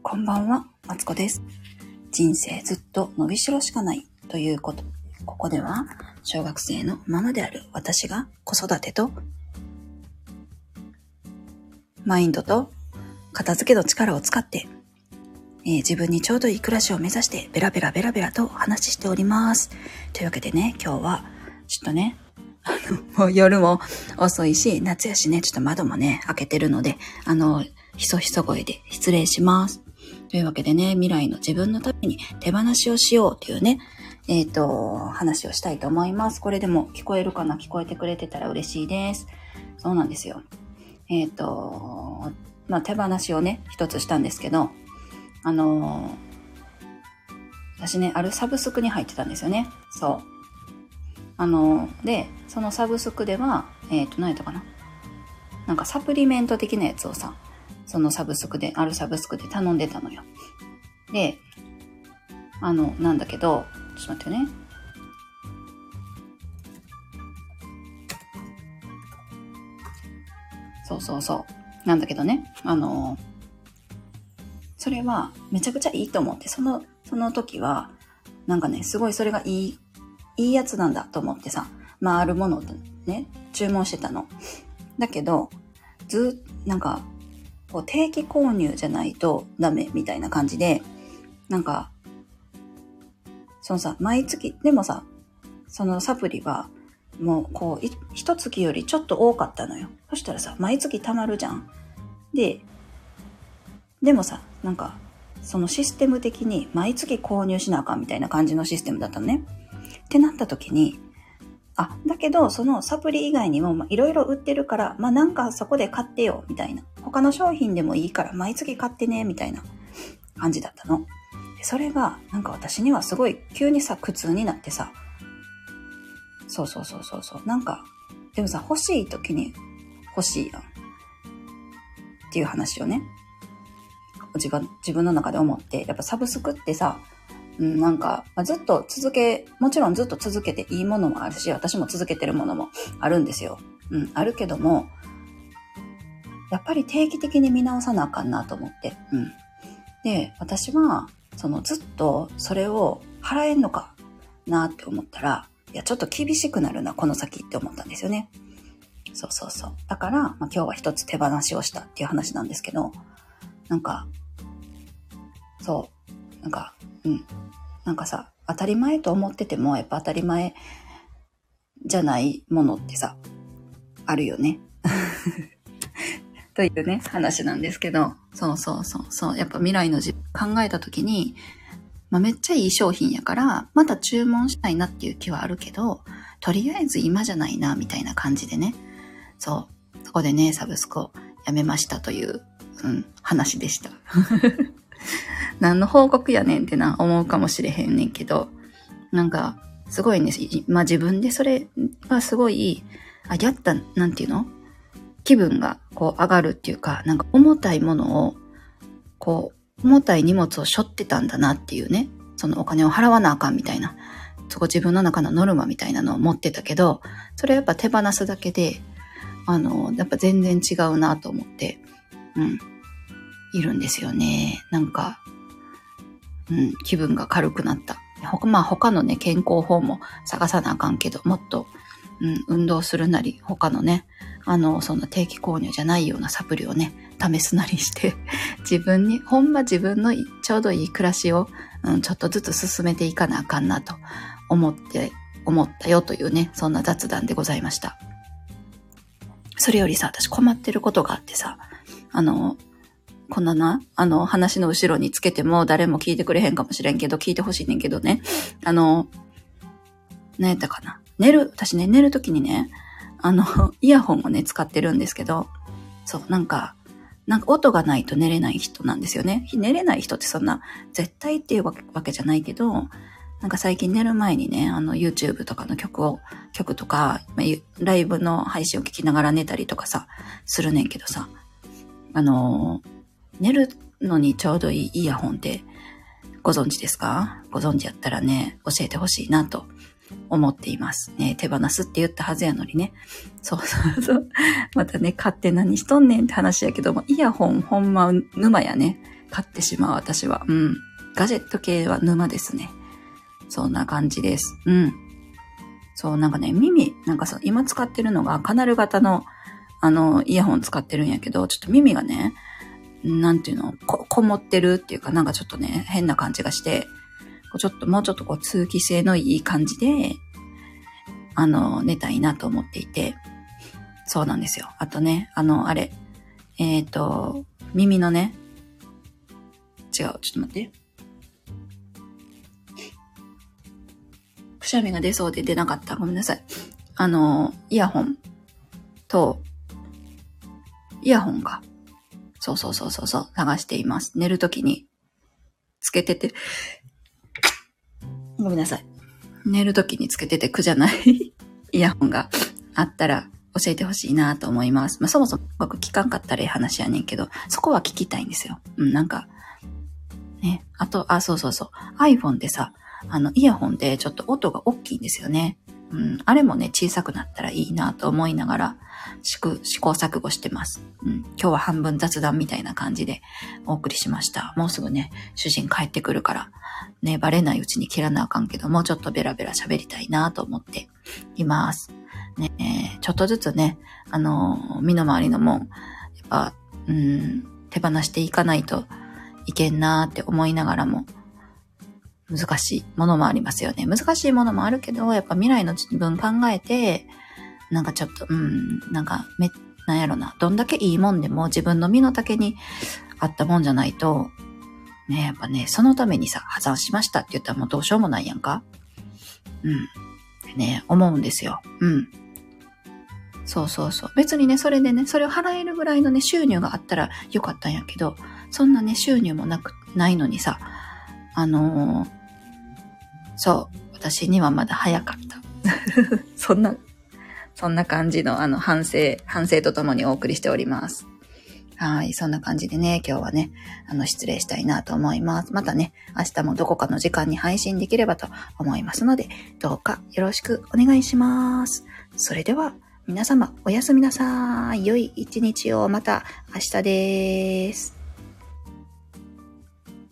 こんばんは、マツコです。人生ずっと伸びしろしかないということ。ここでは小学生のママである私が子育てとマインドと片付けの力を使って、自分にちょうどいい暮らしを目指してベラベラと話しております。というわけでね、今日はちょっとね、もう夜も遅いし、夏やしね、ちょっと窓もね、開けてるので、ひそひそ声で失礼します。というわけでね、未来の自分のために手放しをしようというね、話をしたいと思います。これでも聞こえるかな？聞こえてくれてたら嬉しいです。そうなんですよ。手放しをね、一つしたんですけど、私ね、あるサブスクに入ってたんですよね。そう。で、そのサブスクでは、何やったかな？なんかサプリメント的なやつをさ、そのサブスクで、あるサブスクで頼んでたのよ。で、なんだけど、ちょっと待ってね。そう。なんだけどね、それはめちゃくちゃいいと思って、その時は、なんかね、すごいそれがいいやつなんだと思ってさ、まああるものをね、注文してたの。だけど、なんか、こう定期購入じゃないとダメみたいな感じで、なんか、そのさ、毎月、でもさ、そのサプリは、もうこう、一月よりちょっと多かったのよ。そしたらさ、毎月貯まるじゃん。でもさ、なんか、そのシステム的に毎月購入しなあかんみたいな感じのシステムだったのね。ってなった時に、だけど、そのサプリ以外にもいろいろ売ってるから、なんかそこで買ってよ、みたいな。他の商品でもいいから毎月買ってね、みたいな感じだったの。でそれが、なんか私にはすごい急にさ、苦痛になってさ、そう。なんか、でもさ、欲しい時に欲しいやん。っていう話をね、自分の中で思って、やっぱサブスクってさ、なんか、もちろんずっと続けていいものもあるし、私も続けてるものもあるんですよ。あるけども、やっぱり定期的に見直さなあかんなと思って。で、私は、ずっとそれを払えんのかなって思ったら、いや、ちょっと厳しくなるな、この先って思ったんですよね。そう。だから、今日は一つ手放しをしたっていう話なんですけど、なんかさ、当たり前と思ってても、やっぱ当たり前じゃないものってさ、あるよね。というね、話なんですけど、そう。やっぱ未来の自分考えたときに、めっちゃいい商品やから、また注文したいなっていう気はあるけど、とりあえず今じゃないな、みたいな感じでね。そこでね、サブスクをやめましたという、話でした。何の報告やねんって思うかもしれへんねんけど、なんか、すごいね、自分でそれはすごい、やった、なんていうの？気分がこう上がるっていうか、なんか重たいものを、こう、重たい荷物を背負ってたんだなっていうね、そのお金を払わなあかんみたいな、自分の中のノルマみたいなのを持ってたけど、それやっぱ手放すだけで、やっぱ全然違うなと思って、いるんですよね。なんか、気分が軽くなった。他のね、健康法も探さなあかんけど、もっと、運動するなり、他のね、そんな定期購入じゃないようなサプリをね、試すなりして、自分のちょうどいい暮らしを、ちょっとずつ進めていかなあかんなと思ったよというね、そんな雑談でございました。それよりさ、私困ってることがあってさ、こんな話の後ろにつけても誰も聞いてくれへんかもしれんけど、聞いてほしいねんけどね。何やったかな。私ね、寝るときにね、イヤホンをね、使ってるんですけど、そう、なんか音がないと寝れない人なんですよね。寝れない人ってそんな、絶対っていうわけじゃないけど、なんか最近寝る前にね、YouTube とかの曲とか、ライブの配信を聞きながら寝たりとかさ、するねんけどさ、寝るのにちょうどいいイヤホンってご存知ですか？ご存知やったらね、教えてほしいなと思っています。ね、手放すって言ったはずやのにね。そう。またね、買って何しとんねんって話やけども、イヤホンほんま沼やね。 買ってしまう、私は。うん。ガジェット系は沼ですね。そんな感じです。うん。そう、なんかね、なんか今使ってるのがカナル型の、イヤホン使ってるんやけど、ちょっと耳がね、なんていうの、こもってるっていうか、なんかちょっとね、変な感じがして、もうちょっと通気性のいい感じで、寝たいなと思っていて、そうなんですよ。あとね、あれ、耳のね、違う、ちょっと待って。くしゃみが出そうで出なかった。ごめんなさい。イヤホンが、そう、流しています。寝るときに、つけてて、ごめんなさい。寝るときにつけてて苦じゃないイヤホンがあったら教えてほしいなと思います。まあ、そもそも僕聞かんかったら話やねんけど、そこは聞きたいんですよ。うん、なんか、ね。あと、そう。iPhone でさ、イヤホンでちょっと音が大きいんですよね。うん、あれもね、小さくなったらいいなと思いながら、試行錯誤してます。うん、今日は半分雑談みたいな感じでお送りしました。もうすぐね、主人帰ってくるから、ね、バレないうちに切らなあかんけど、もうちょっとベラベラ喋りたいなと思っています。ね、ちょっとずつね、身の回りのもん、やっぱ、手放していかないといけんなって思いながらも、難しいものもありますよね。難しいものもあるけど、やっぱ未来の自分考えて、なんかちょっと、なんやろな、どんだけいいもんでも自分の身の丈に合ったもんじゃないと、ね、やっぱね、そのためにさ、破産しましたって言ったらもうどうしようもないやんか。ね、思うんですよ。そう。別にね、それでね、それを払えるぐらいのね、収入があったらよかったんやけど、そんなね、収入もないのにさ、そう、私にはまだ早かった。そんな感じの反省とともにお送りしております。はい、そんな感じでね、今日はね、失礼したいなと思います。またね、明日もどこかの時間に配信できればと思いますので、どうかよろしくお願いします。それでは、皆様おやすみなさい。良い一日をまた明日です。